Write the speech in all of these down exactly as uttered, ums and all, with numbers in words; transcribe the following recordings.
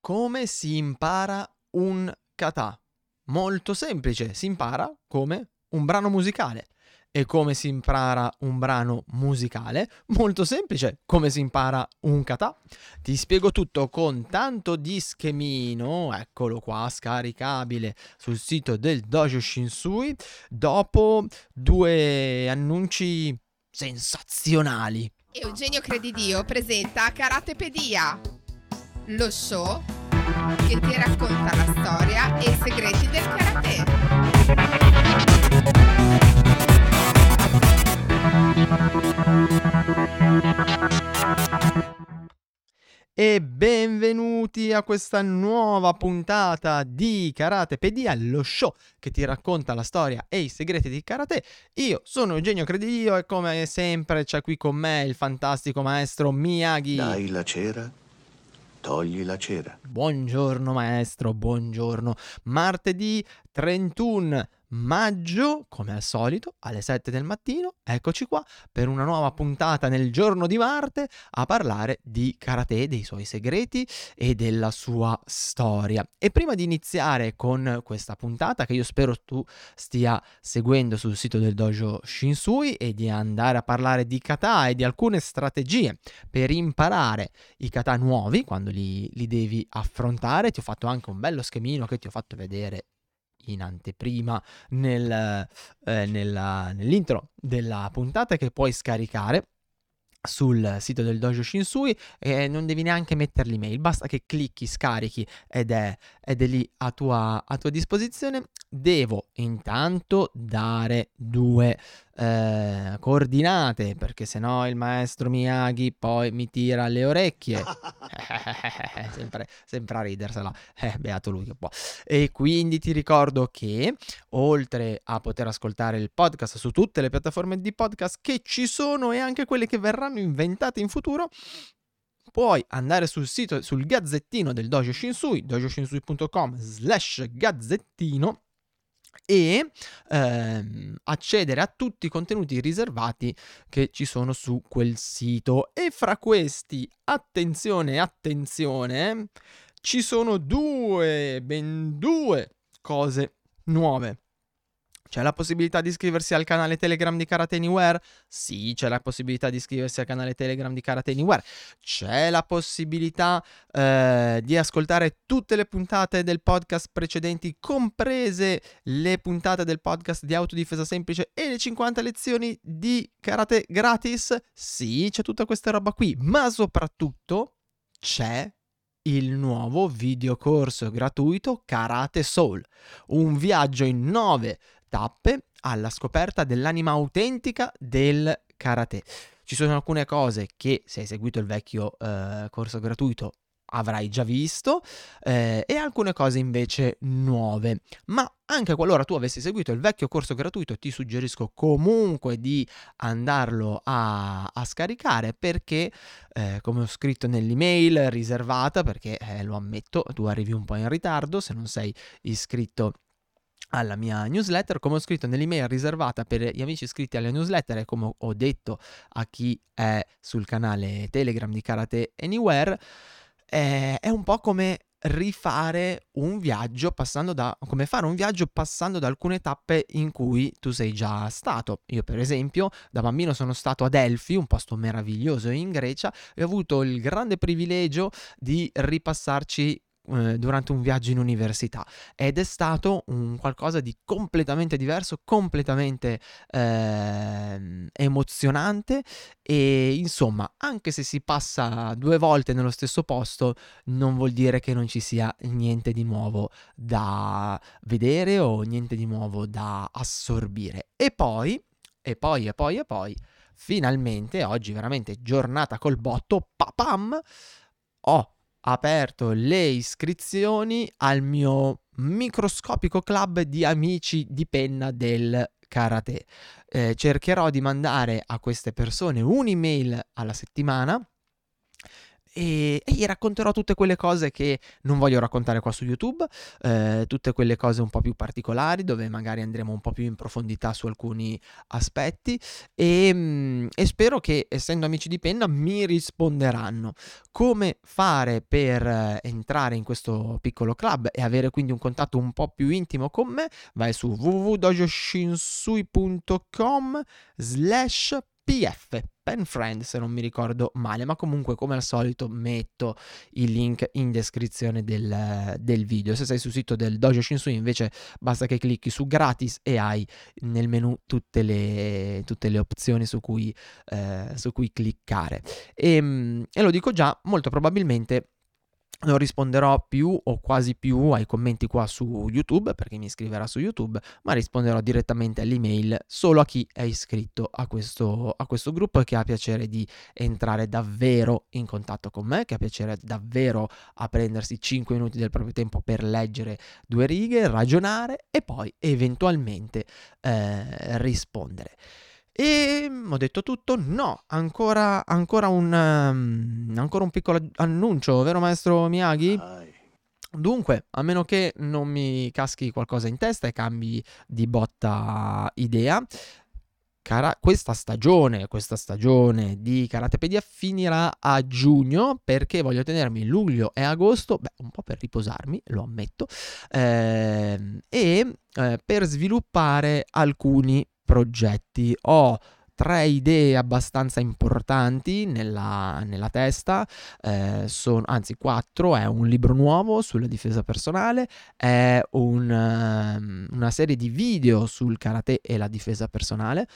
Come si impara un kata? Molto semplice, si impara come un brano musicale. E come si impara un brano musicale? Molto semplice, come si impara un kata? Ti spiego tutto con tanto di schemino, eccolo qua, scaricabile sul sito del Dojo Shinsui, dopo due annunci sensazionali. Eugenio Credidio presenta Karatepedia, lo show che ti racconta la storia e i segreti del karate. E benvenuti a questa nuova puntata di Karatepedia, lo show che ti racconta la storia e i segreti di karate. Io sono Eugenio Credidio e come sempre c'è qui con me il fantastico maestro Miyagi. Dai la cera, togli la cera. Buongiorno maestro, buongiorno. Martedì trentuno maggio, come al solito, alle sette del mattino, eccoci qua per una nuova puntata nel giorno di Marte a parlare di karate, dei suoi segreti e della sua storia. E prima di iniziare con questa puntata, che io spero tu stia seguendo sul sito del Dojo Shinsui, e di andare a parlare di kata e di alcune strategie per imparare i kata nuovi quando li, li devi affrontare, ti ho fatto anche un bello schemino che ti ho fatto vedere in anteprima nel, eh, nella, nell'intro della puntata, che puoi scaricare sul sito del Dojo Shinsui e non devi neanche mettere l'email, basta che clicchi, scarichi ed è, ed è lì a tua, a tua disposizione. Devo intanto dare due eh, coordinate, perché sennò il maestro Miyagi poi mi tira le orecchie. sempre, sempre a ridersela, eh, beato lui che può. E quindi ti ricordo che oltre a poter ascoltare il podcast su tutte le piattaforme di podcast che ci sono e anche quelle che verranno inventate in futuro, puoi andare sul sito, sul gazzettino del Dojo Shinsui, dojoshinsui.com slash gazzettino, e ehm, accedere a tutti i contenuti riservati che ci sono su quel sito. E fra questi, attenzione, attenzione, ci sono due, ben due cose nuove. C'è la possibilità di iscriversi al canale Telegram di Karate Anywhere? Sì, c'è la possibilità di iscriversi al canale Telegram di Karate Anywhere. C'è la possibilità eh, di ascoltare tutte le puntate del podcast precedenti, comprese le puntate del podcast di autodifesa semplice e le cinquanta lezioni di karate gratis. Sì, c'è tutta questa roba qui, ma soprattutto c'è il nuovo videocorso gratuito Karate Soul, un viaggio in nove tappe alla scoperta dell'anima autentica del karate. Ci sono alcune cose che, se hai seguito il vecchio eh, corso gratuito, avrai già visto, eh, e alcune cose invece nuove. Ma anche qualora tu avessi seguito il vecchio corso gratuito, ti suggerisco comunque di andarlo a, a scaricare, perché eh, come ho scritto nell'email riservata, perché eh, lo ammetto, tu arrivi un po' in ritardo se non sei iscritto alla mia newsletter, come ho scritto nell'email riservata per gli amici iscritti alla newsletter, e come ho detto a chi è sul canale Telegram di Karate Anywhere, eh, è un po' come rifare un viaggio passando da come fare un viaggio passando da alcune tappe in cui tu sei già stato. Io per esempio da bambino sono stato a Delfi, un posto meraviglioso in Grecia, e ho avuto il grande privilegio di ripassarci durante un viaggio in università, ed è stato un qualcosa di completamente diverso, completamente eh, emozionante. E insomma, anche se si passa due volte nello stesso posto, non vuol dire che non ci sia niente di nuovo da vedere o niente di nuovo da assorbire. E poi, e poi, e poi, e poi, finalmente, oggi veramente giornata col botto, papam, ho aperto le iscrizioni al mio microscopico club di amici di penna del karate. Eh, cercherò di mandare a queste persone un'email alla settimana e, e gli racconterò tutte quelle cose che non voglio raccontare qua su YouTube, eh, tutte quelle cose un po' più particolari dove magari andremo un po' più in profondità su alcuni aspetti e, mm, e spero che, essendo amici di penna, mi risponderanno. Come fare per eh, entrare in questo piccolo club e avere quindi un contatto un po' più intimo con me? Vai su w w w punto dojo shinsui punto com slash pf penfriend, se non mi ricordo male, ma comunque come al solito metto il link in descrizione del, del video. Se sei sul sito del Dojo Shinsui invece basta che clicchi su gratis e hai nel menu tutte le, tutte le opzioni su cui, eh, su cui cliccare. E, e lo dico già, molto probabilmente non risponderò più o quasi più ai commenti qua su YouTube, perché mi iscriverà su YouTube, ma risponderò direttamente all'email solo a chi è iscritto a questo, a questo gruppo e che ha piacere di entrare davvero in contatto con me, che ha piacere davvero a prendersi cinque minuti del proprio tempo per leggere due righe, ragionare e poi eventualmente eh, rispondere. E ho detto tutto? No, ancora, ancora, un, um, ancora un piccolo annuncio, vero maestro Miyagi? Vai. Dunque, a meno che non mi caschi qualcosa in testa e cambi di botta idea, cara, questa stagione, questa stagione di Karatepedia finirà a giugno, perché voglio tenermi luglio e agosto, beh, un po' per riposarmi, lo ammetto, ehm, e eh, per sviluppare alcuni progetti. Ho tre idee abbastanza importanti nella, nella testa, eh, sono, anzi quattro. È un libro nuovo sulla difesa personale, è un, um, una serie di video sul karate e la difesa personale,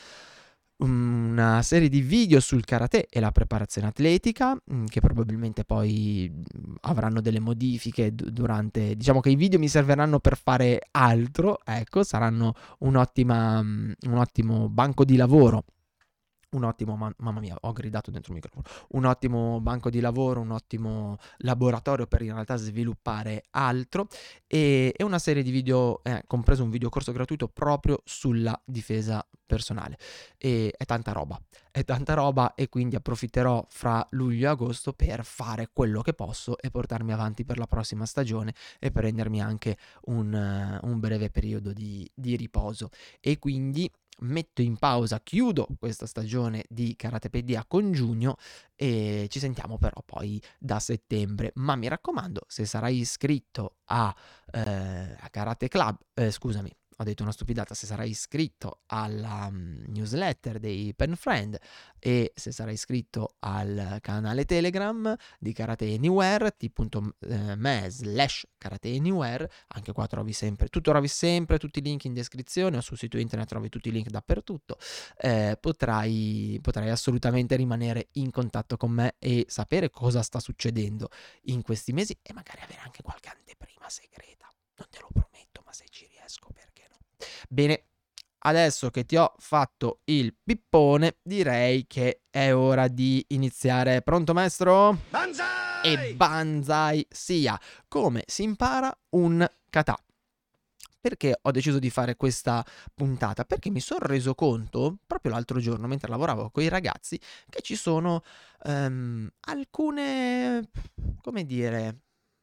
una serie di video sul karate e la preparazione atletica, mh, che probabilmente poi mh, avranno delle modifiche d- durante, diciamo che i video mi serviranno per fare altro, ecco, saranno un'ottima, mh, un ottimo banco di lavoro. Un ottimo, ma- mamma mia, ho gridato dentro il microfono. Un ottimo banco di lavoro, un ottimo laboratorio per in realtà sviluppare altro. E, e una serie di video, eh, compreso un videocorso gratuito proprio sulla difesa personale. E è tanta roba, è tanta roba, e quindi approfitterò fra luglio e agosto per fare quello che posso e portarmi avanti per la prossima stagione e prendermi anche un, uh, un breve periodo di, di riposo. E quindi metto in pausa, chiudo questa stagione di Karatepedia con giugno e ci sentiamo però poi da settembre. Ma mi raccomando, se sarai iscritto a, eh, a Karate Club, eh, scusami, ho detto una stupidata, se sarai iscritto alla um, newsletter dei Pen Friend e se sarai iscritto al canale Telegram di Karate Anywhere, t.me slash Karate Anywhere, anche qua trovi sempre, tu trovi sempre tutti i link in descrizione o sul sito internet trovi tutti i link dappertutto, eh, potrai, potrai assolutamente rimanere in contatto con me e sapere cosa sta succedendo in questi mesi e magari avere anche qualche anteprima segreta, non te lo prometto, ma se ci riesco perché no. Bene, adesso che ti ho fatto il pippone, direi che è ora di iniziare. Pronto maestro? Banzai! E banzai sia! Come si impara un kata? Perché ho deciso di fare questa puntata? Perché mi sono reso conto, proprio l'altro giorno, mentre lavoravo con i ragazzi, che ci sono um, alcune, come dire,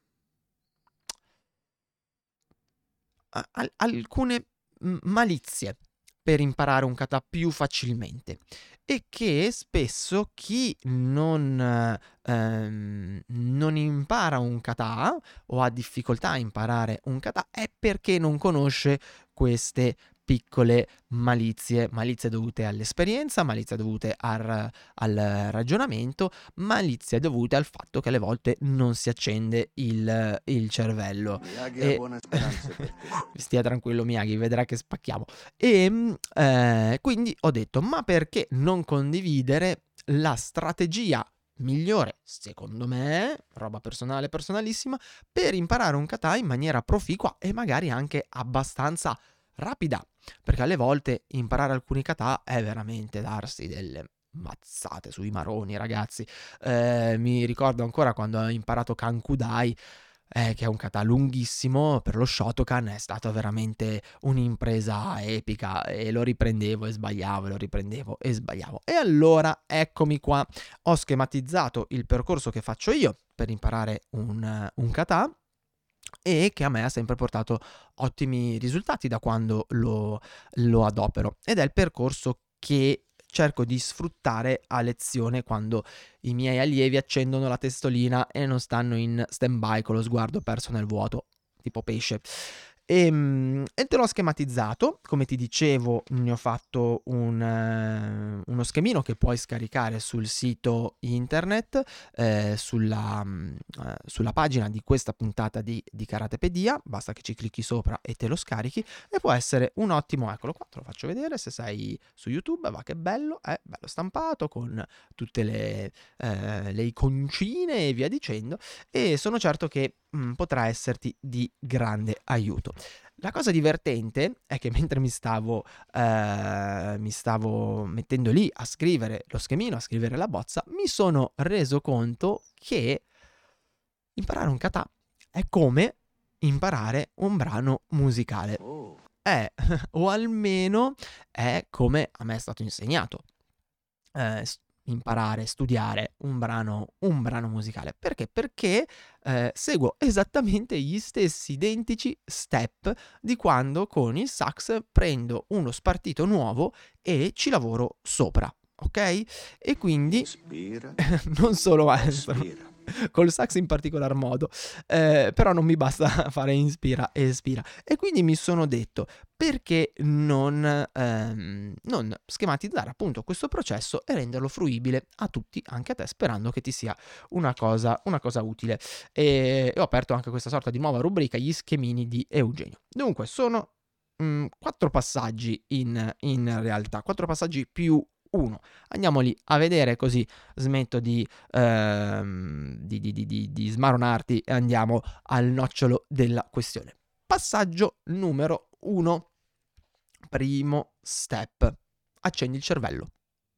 al- alcune malizie per imparare un kata più facilmente, e che spesso chi non, ehm, non impara un kata o ha difficoltà a imparare un kata è perché non conosce queste piccole malizie, malizie dovute all'esperienza, malizie dovute al, al ragionamento, malizie dovute al fatto che alle volte non si accende il, il cervello. Miyagi ha E buone speranze per te. stia tranquillo Miyagi, vedrà che spacchiamo. E eh, quindi ho detto, ma perché non condividere la strategia migliore, secondo me, roba personale, personalissima, per imparare un kata in maniera proficua e magari anche abbastanza rapida, perché alle volte imparare alcuni kata è veramente darsi delle mazzate sui maroni, ragazzi. Eh, mi ricordo ancora quando ho imparato Kankudai, eh, che è un kata lunghissimo, per lo Shotokan è stata veramente un'impresa epica e lo riprendevo e sbagliavo, e lo riprendevo e sbagliavo. E allora eccomi qua, ho schematizzato il percorso che faccio io per imparare un, un kata e che a me ha sempre portato ottimi risultati da quando lo, lo adopero, ed è il percorso che cerco di sfruttare a lezione quando i miei allievi accendono la testolina e non stanno in stand-by con lo sguardo perso nel vuoto, tipo pesce. E, mm, e te l'ho schematizzato, come ti dicevo, ne ho fatto un, eh, uno schemino che puoi scaricare sul sito internet, eh, sulla, mm, eh, sulla pagina di questa puntata di, di Karatepedia, basta che ci clicchi sopra e te lo scarichi, e può essere un ottimo, eccolo qua, te lo faccio vedere, se sei su YouTube, va che bello, è bello stampato con tutte le, eh, le iconcine e via dicendo, e sono certo che mh, potrà esserti di grande aiuto. La cosa divertente è che mentre mi stavo, eh, mi stavo mettendo lì a scrivere lo schemino, a scrivere la bozza, mi sono reso conto che imparare un kata è come imparare un brano musicale. Oh, È, o almeno è come a me è stato insegnato. Eh, s- imparare, studiare un brano, un brano musicale. Perché? Perché eh, seguo esattamente gli stessi identici step di quando con il sax prendo uno spartito nuovo e ci lavoro sopra, ok? E quindi inspira, non solo maestro, espira. col sax in particolar modo, eh, però non mi basta fare inspira e espira. E quindi mi sono detto, perché non, ehm, non schematizzare appunto questo processo e renderlo fruibile a tutti, anche a te, sperando che ti sia una cosa, una cosa utile. E, e ho aperto anche questa sorta di nuova rubrica, gli schemini di Eugenio. Dunque, sono mm, quattro passaggi in, in realtà, quattro passaggi più uno. Andiamoli a vedere, così smetto di, ehm, di, di, di, di, di smaronarti e andiamo al nocciolo della questione. Passaggio numero uno. Primo step. Accendi il cervello.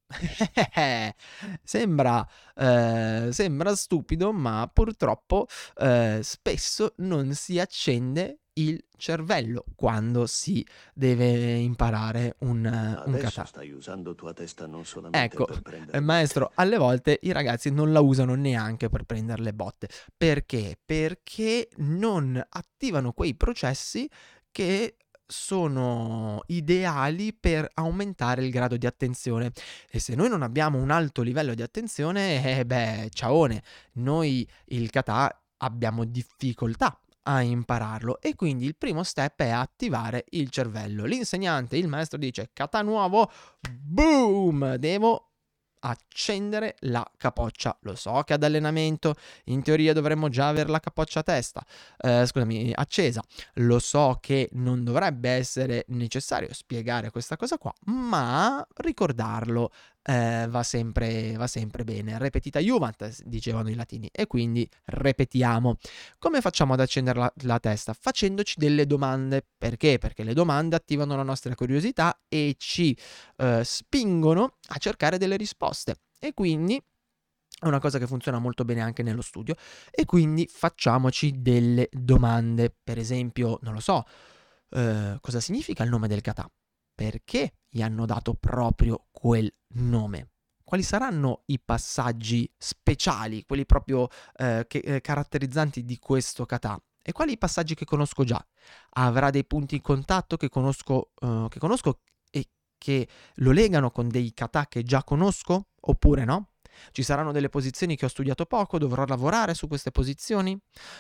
sembra, eh, sembra stupido, ma purtroppo eh, spesso non si accende il cervello quando si deve imparare un, un Adesso kata. stai usando tua testa non solamente Ecco, per eh, prendere maestro, botte. alle volte i ragazzi non la usano neanche per prendere le botte. Perché? Perché non attivano quei processi che sono ideali per aumentare il grado di attenzione. E se noi non abbiamo un alto livello di attenzione, eh beh, ciaone, noi il kata abbiamo difficoltà a impararlo, e quindi il primo step è attivare il cervello. L'insegnante, il maestro dice kata nuovo, boom, devo accendere la capoccia. Lo so che ad allenamento in teoria dovremmo già avere la capoccia a testa, eh, scusami, accesa. Lo so che non dovrebbe essere necessario spiegare questa cosa qua, ma ricordarlo eh, va sempre, va sempre bene. Repetita iuvat, dicevano i latini, e quindi repetiamo. Come facciamo ad accendere la, la testa? Facendoci delle domande. Perché? Perché le domande attivano la nostra curiosità e ci eh, spingono a cercare delle risposte. E quindi è una cosa che funziona molto bene anche nello studio. E quindi facciamoci delle domande. Per esempio, non lo so, eh, cosa significa il nome del kata? Perché gli hanno dato proprio quel nome? Quali saranno i passaggi speciali, quelli proprio eh, che, eh, caratterizzanti di questo kata? E quali i passaggi che conosco già? Avrà dei punti in contatto che conosco, eh, che conosco e che lo legano con dei kata che già conosco? Oppure no? Ci saranno delle posizioni che ho studiato poco, dovrò lavorare su queste posizioni?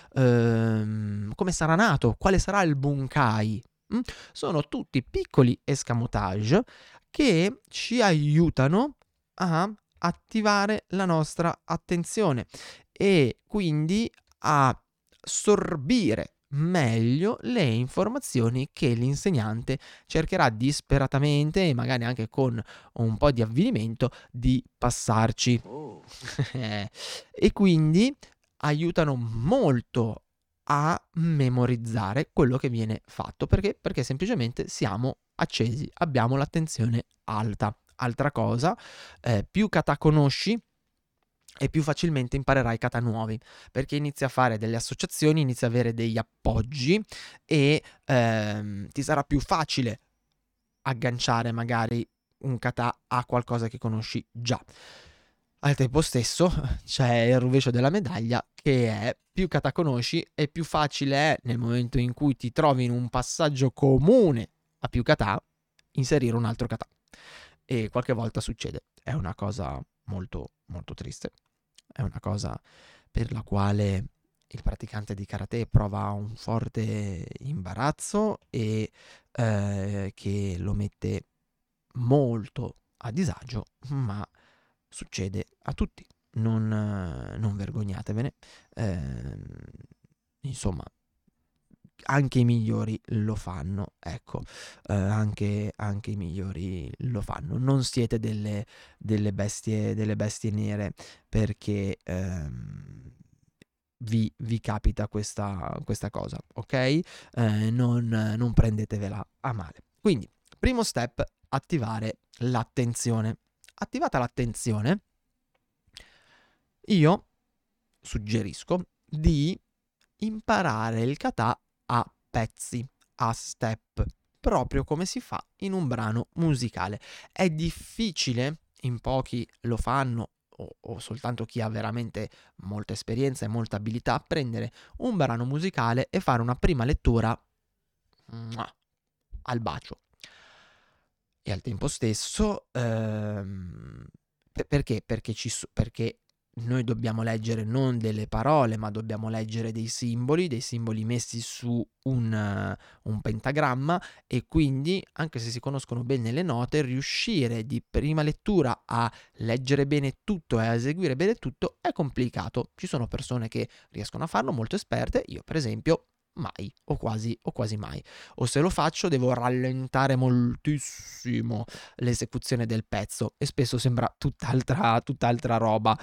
Ehm, come sarà nato? Quale sarà il bunkai? Mm? Sono tutti piccoli escamotage che ci aiutano a attivare la nostra attenzione e quindi a sorbire meglio le informazioni che l'insegnante cercherà disperatamente, e magari anche con un po' di avvilimento, di passarci. Oh, E quindi aiutano molto a memorizzare quello che viene fatto. Perché? Perché semplicemente siamo accesi, abbiamo l'attenzione alta. Altra cosa, eh, più kata conosci, e più facilmente imparerai kata nuovi, perché inizi a fare delle associazioni, inizi a avere degli appoggi e ehm, ti sarà più facile agganciare magari un kata a qualcosa che conosci già. Al tempo stesso c'è il rovescio della medaglia, che è più kata conosci e più facile è, nel momento in cui ti trovi in un passaggio comune a più kata, inserire un altro kata. E qualche volta succede. È una cosa molto molto triste. È una cosa per la quale il praticante di karate prova un forte imbarazzo e eh, che lo mette molto a disagio, ma succede a tutti. Non, eh, non vergognatevene. Ehm, insomma, anche i migliori lo fanno, ecco, eh, anche, anche i migliori lo fanno. Non siete delle, delle bestie, delle bestie nere perché ehm, vi, vi capita questa, questa cosa, ok? Eh, non, non prendetevela a male. Quindi, primo step, attivare l'attenzione. Attivata l'attenzione, io suggerisco di imparare il kata a pezzi, a step, proprio come si fa in un brano musicale. È difficile, in pochi lo fanno, o, o soltanto chi ha veramente molta esperienza e molta abilità, prendere un brano musicale e fare una prima lettura mua, al bacio. E al tempo stesso, ehm, per- perché? Perché, ci, so- perché noi dobbiamo leggere non delle parole, ma dobbiamo leggere dei simboli, dei simboli messi su un, eh, un pentagramma, e quindi, anche se si conoscono bene le note, riuscire di prima lettura a leggere bene tutto e a eseguire bene tutto è complicato. Ci sono persone che riescono a farlo, molto esperte, io per esempio mai, o quasi, o quasi mai. O se lo faccio devo rallentare moltissimo l'esecuzione del pezzo e spesso sembra tutt'altra, tutt'altra roba.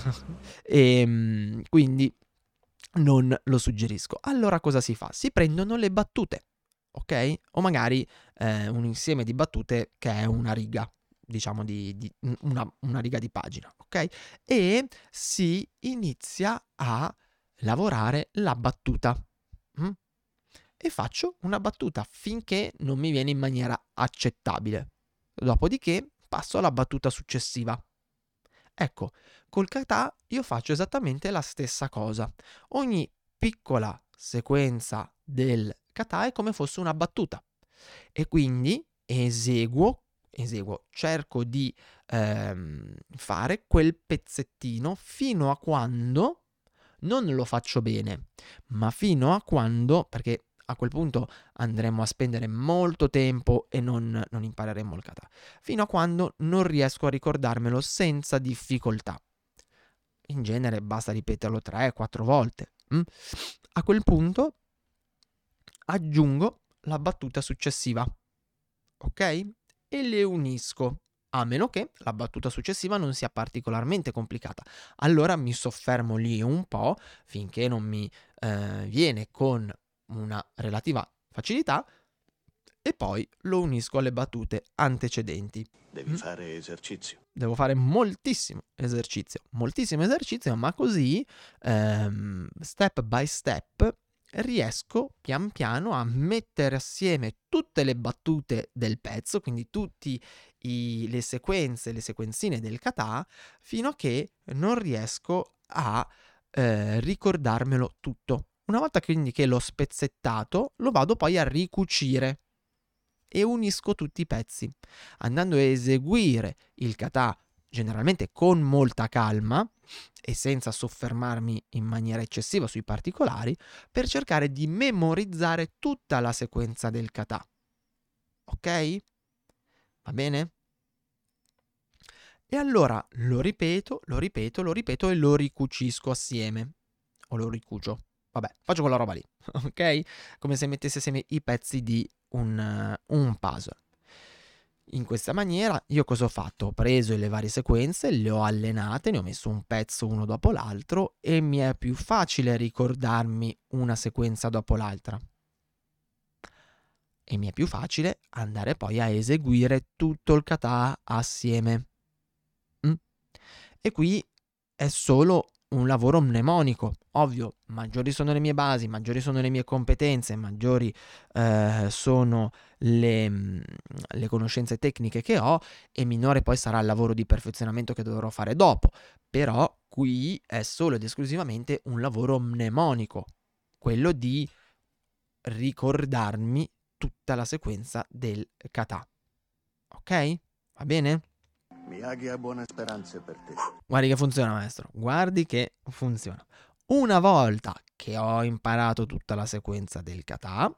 E quindi non lo suggerisco. Allora cosa si fa? Si prendono le battute, ok? O magari eh, un insieme di battute che è una riga, diciamo di, di una, una riga di pagina, ok? E si inizia a lavorare la battuta. Mm? E faccio una battuta finché non mi viene in maniera accettabile. Dopodiché passo alla battuta successiva. Ecco, col kata io faccio esattamente la stessa cosa. Ogni piccola sequenza del kata è come fosse una battuta. E quindi eseguo, eseguo, cerco di ehm, fare quel pezzettino fino a quando non lo faccio bene, ma fino a quando, perché a quel punto andremo a spendere molto tempo e non, non impareremo il kata, fino a quando non riesco a ricordarmelo senza difficoltà. In genere basta ripeterlo tre quattro volte. Mm? A quel punto aggiungo la battuta successiva, ok? E le unisco, a meno che la battuta successiva non sia particolarmente complicata. Allora mi soffermo lì un po' finché non mi eh, viene con una relativa facilità e poi lo unisco alle battute antecedenti. Devi Mm? fare esercizio. Devo fare moltissimo esercizio, moltissimo esercizio, ma così, ehm, step by step, riesco pian piano a mettere assieme tutte le battute del pezzo, quindi tutte le sequenze, le sequenzine del kata, fino a che non riesco a eh, ricordarmelo tutto. Una volta quindi che l'ho spezzettato, lo vado poi a ricucire e unisco tutti i pezzi, andando a eseguire il kata generalmente con molta calma e senza soffermarmi in maniera eccessiva sui particolari, per cercare di memorizzare tutta la sequenza del kata. Ok? Va bene? E allora lo ripeto, lo ripeto, lo ripeto e lo ricucisco assieme. O lo ricucio. Vabbè, faccio quella roba lì, ok? Come se mettessi assieme i pezzi di un, uh, un puzzle. In questa maniera io cosa ho fatto? Ho preso le varie sequenze, le ho allenate, ne ho messo un pezzo uno dopo l'altro e mi è più facile ricordarmi una sequenza dopo l'altra. E mi è più facile andare poi a eseguire tutto il kata assieme. Mm? E qui è solo un lavoro mnemonico. Ovvio, maggiori sono le mie basi, maggiori sono le mie competenze, maggiori eh, sono le, mh, le conoscenze tecniche che ho, e minore poi sarà il lavoro di perfezionamento che dovrò fare dopo. Però qui è solo ed esclusivamente un lavoro mnemonico, quello di ricordarmi tutta la sequenza del kata. Ok? Va bene? Miyagi ha buone speranze per te. Guardi che funziona, maestro. Guardi che funziona. Una volta che ho imparato tutta la sequenza del kata,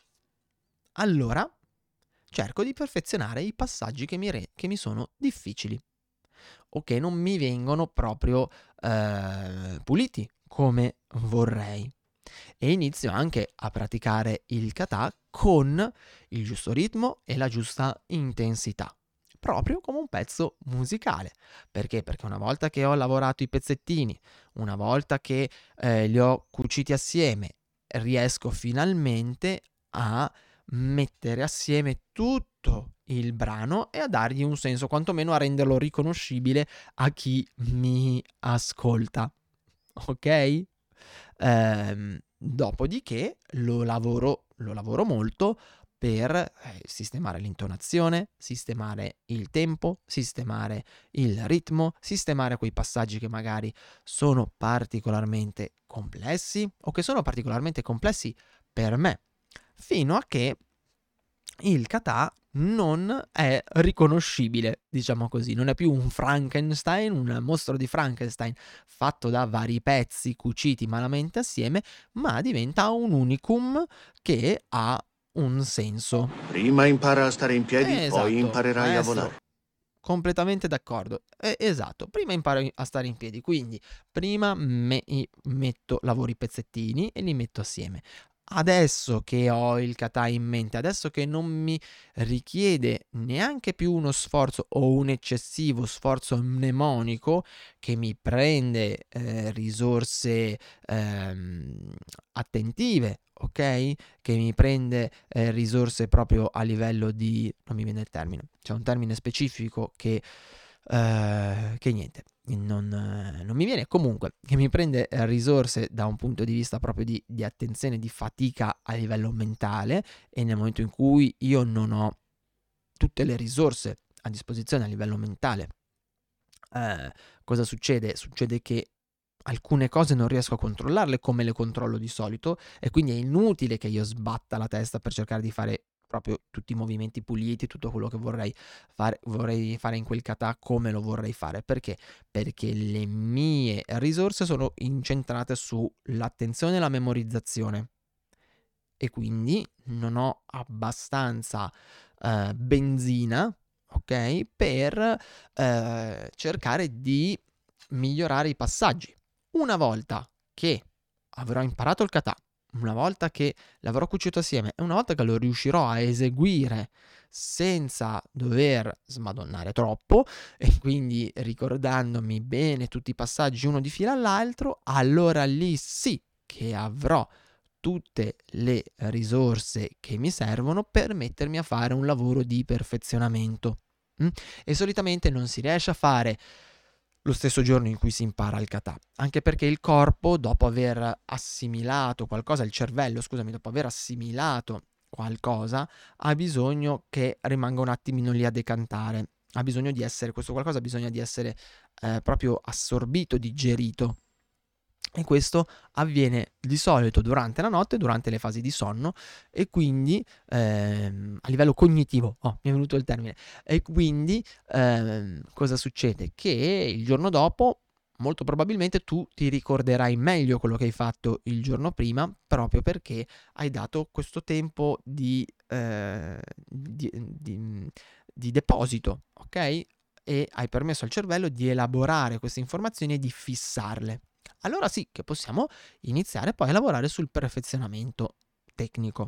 allora cerco di perfezionare i passaggi che mi, re- che mi sono difficili o che non mi vengono proprio eh, puliti come vorrei. E inizio anche a praticare il kata con il giusto ritmo e la giusta intensità, proprio come un pezzo musicale. Perché? Perché una volta che ho lavorato i pezzettini, una volta che eh, li ho cuciti assieme, riesco finalmente a mettere assieme tutto il brano e a dargli un senso, quantomeno a renderlo riconoscibile a chi mi ascolta. Ok? Ehm, dopodiché lo lavoro, lo lavoro molto per eh, sistemare l'intonazione, sistemare il tempo, sistemare il ritmo, sistemare quei passaggi che magari sono particolarmente complessi o che sono particolarmente complessi per me, fino a che il kata non è riconoscibile, diciamo così, non è più un Frankenstein, un mostro di Frankenstein fatto da vari pezzi cuciti malamente assieme, ma diventa un unicum che ha un senso. Prima impara a stare in piedi, Esatto, poi imparerai maestro, a volare. completamente d'accordo. Eh, esatto, prima imparo a stare in piedi, quindi prima me- i- metto, lavoro i pezzettini e li metto assieme. Adesso che ho il kata in mente, adesso che non mi richiede neanche più uno sforzo o un eccessivo sforzo mnemonico che mi prende eh, risorse ehm, attentive, ok? Che mi prende eh, risorse proprio a livello di... non mi viene il termine, c'è un termine specifico che... eh, che niente, non, eh, non mi viene, comunque, che mi prende eh, risorse da un punto di vista proprio di, di attenzione, di fatica a livello mentale, e nel momento in cui io non ho tutte le risorse a disposizione a livello mentale, eh, cosa succede? Succede che alcune cose non riesco a controllarle come le controllo di solito, e quindi è inutile che io sbatta la testa per cercare di fare proprio tutti i movimenti puliti, tutto quello che vorrei fare, vorrei fare in quel kata come lo vorrei fare. Perché? Perché le mie risorse sono incentrate sull'attenzione e la memorizzazione, e quindi non ho abbastanza eh, benzina, ok, per eh, cercare di migliorare i passaggi. Una volta che avrò imparato il kata, una volta che l'avrò cucito assieme e una volta che lo riuscirò a eseguire senza dover smadonnare troppo, e quindi ricordandomi bene tutti i passaggi uno di fila all'altro, allora lì sì che avrò tutte le risorse che mi servono per mettermi a fare un lavoro di perfezionamento. Mm? E solitamente non si riesce a fare lo stesso giorno in cui si impara il kata, anche perché il corpo, dopo aver assimilato qualcosa, il cervello, scusami, dopo aver assimilato qualcosa, ha bisogno che rimanga un attimino lì a decantare, ha bisogno di essere, questo qualcosa ha bisogno di essere eh, proprio assorbito, digerito. E questo avviene di solito durante la notte, durante le fasi di sonno, e quindi ehm, a livello cognitivo, oh, mi è venuto il termine, e quindi ehm, cosa succede? Che il giorno dopo molto probabilmente tu ti ricorderai meglio quello che hai fatto il giorno prima, proprio perché hai dato questo tempo di, eh, di, di, di deposito, ok? E hai permesso al cervello di elaborare queste informazioni e di fissarle. Allora sì che possiamo iniziare poi a lavorare sul perfezionamento tecnico.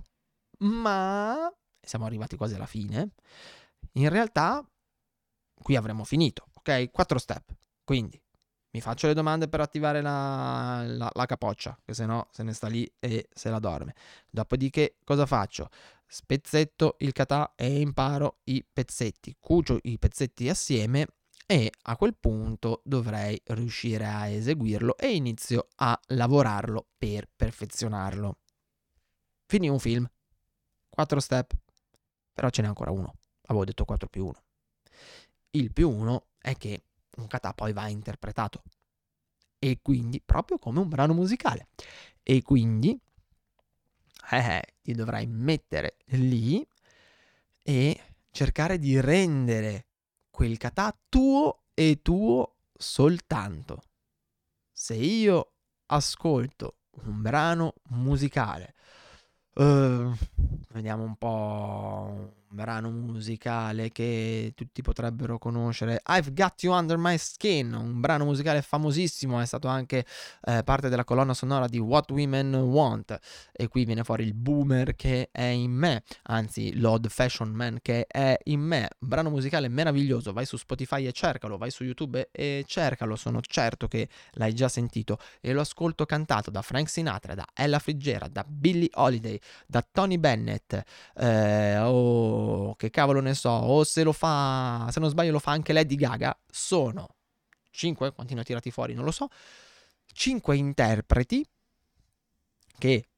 Ma siamo arrivati quasi alla fine. In realtà qui avremo finito, ok? Quattro step. Quindi mi faccio le domande per attivare la, la, la capoccia, che se no se ne sta lì e se la dorme. Dopodiché cosa faccio? Spezzetto il kata e imparo i pezzetti. Cucio i pezzetti assieme e a quel punto dovrei riuscire a eseguirlo e inizio a lavorarlo per perfezionarlo. Finì un film, quattro step, però ce n'è ancora uno, avevo detto quattro più uno. Il più uno è che un kata poi va interpretato, e quindi proprio come un brano musicale, e quindi eh, ti dovrai mettere lì e cercare di rendere quel kata tuo e tuo soltanto. Se io ascolto un brano musicale, uh, vediamo un po', un brano musicale che tutti potrebbero conoscere, I've Got You Under My Skin, un brano musicale famosissimo, è stato anche eh, parte della colonna sonora di What Women Want, e qui viene fuori il boomer che è in me, anzi l'old fashion man che è in me, un brano musicale meraviglioso, vai su Spotify e cercalo, vai su YouTube e cercalo, sono certo che l'hai già sentito, e lo ascolto cantato da Frank Sinatra, da Ella Fitzgerald, da Billie Holiday, da Tony Bennett, eh, o che cavolo ne so, o se lo fa, se non sbaglio lo fa anche Lady Gaga. Sono cinque, quanti ne ho tirati fuori non lo so, cinque interpreti che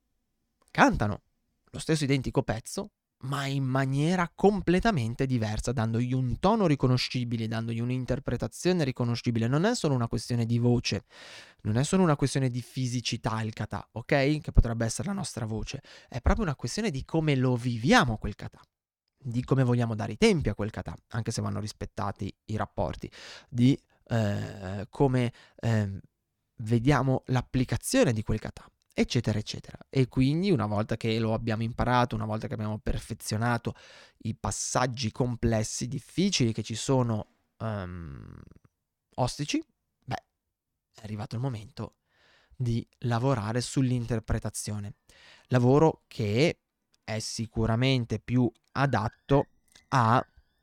cantano lo stesso identico pezzo ma in maniera completamente diversa, dandogli un tono riconoscibile, dandogli un'interpretazione riconoscibile. Non è solo una questione di voce, non è solo una questione di fisicità il kata, ok? Che potrebbe essere la nostra voce, è proprio una questione di come lo viviamo quel kata, di come vogliamo dare i tempi a quel kata, anche se vanno rispettati i rapporti, di eh, come eh, vediamo l'applicazione di quel kata, eccetera eccetera. E quindi una volta che lo abbiamo imparato, una volta che abbiamo perfezionato i passaggi complessi, difficili che ci sono um, ostici, beh, è arrivato il momento di lavorare sull'interpretazione, lavoro che è sicuramente più adatto a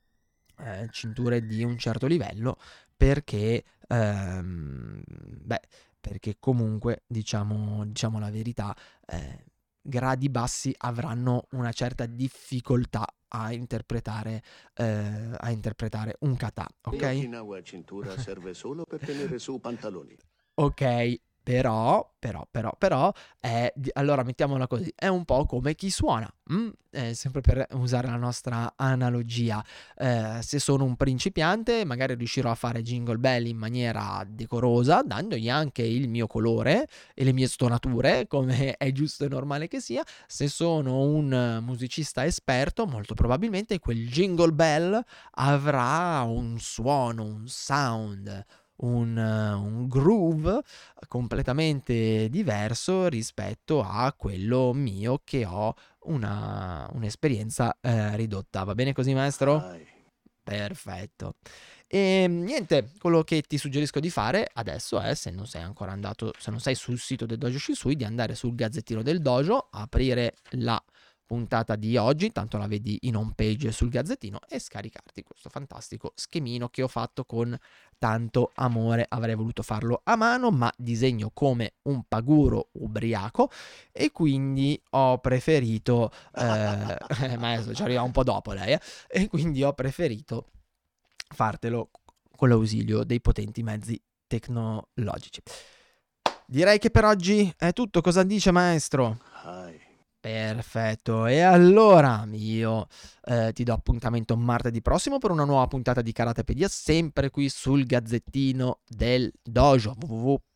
eh, cinture di un certo livello, perché ehm, beh, perché comunque diciamo, diciamo la verità, eh, gradi bassi avranno una certa difficoltà a interpretare eh, a interpretare un kata, ok? Okinawa cintura serve solo per tenere su pantaloni. Ok, però, però, però, però, è, di- allora mettiamola così, è un po' come chi suona, mm? Eh, sempre per usare la nostra analogia. Eh, se sono un principiante, magari riuscirò a fare Jingle Bell in maniera decorosa, dandogli anche il mio colore e le mie stonature, come è giusto e normale che sia. Se sono un eh, musicista esperto, molto probabilmente quel Jingle Bell avrà un suono, un sound, un, eh, un groove completamente diverso rispetto a quello mio, che ho una, un'esperienza eh, ridotta. Va bene così, maestro? Dai. Perfetto. E niente, quello che ti suggerisco di fare adesso è, se non sei ancora andato, se non sei sul sito del Dojo Shinsui, di andare sul Gazzettino del Dojo, aprire la puntata di oggi, tanto la vedi in home page sul Gazzettino, e scaricarti questo fantastico schemino che ho fatto con tanto amore. Avrei voluto farlo a mano, ma disegno come un paguro ubriaco, e quindi ho preferito eh, maestro, ci arriva un po' dopo lei, eh, e quindi ho preferito fartelo con l'ausilio dei potenti mezzi tecnologici. Direi che per oggi è tutto. Cosa dice, maestro? Dai. Perfetto, e allora io eh, ti do appuntamento martedì prossimo per una nuova puntata di Karatepedia, sempre qui sul Gazzettino del Dojo, w w w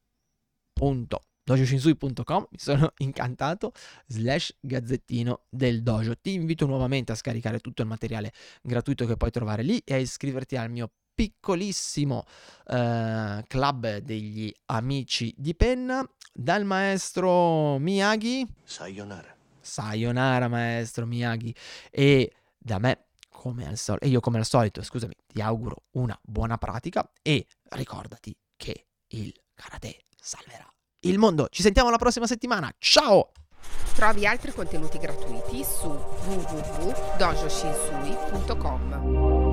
punto dojo shinsui punto com. Mi sono incantato, slash Gazzettino del Dojo. Ti invito nuovamente a scaricare tutto il materiale gratuito che puoi trovare lì e a iscriverti al mio piccolissimo eh, club degli amici di penna. Dal maestro Miyagi, Sayonara. sayonara maestro Miyagi, e da me come al solito, e io come al solito, scusami, ti auguro una buona pratica, e ricordati che il karate salverà il mondo. Ci sentiamo la prossima settimana, ciao! Trovi altri contenuti gratuiti su w w w punto dojo shinsui punto com.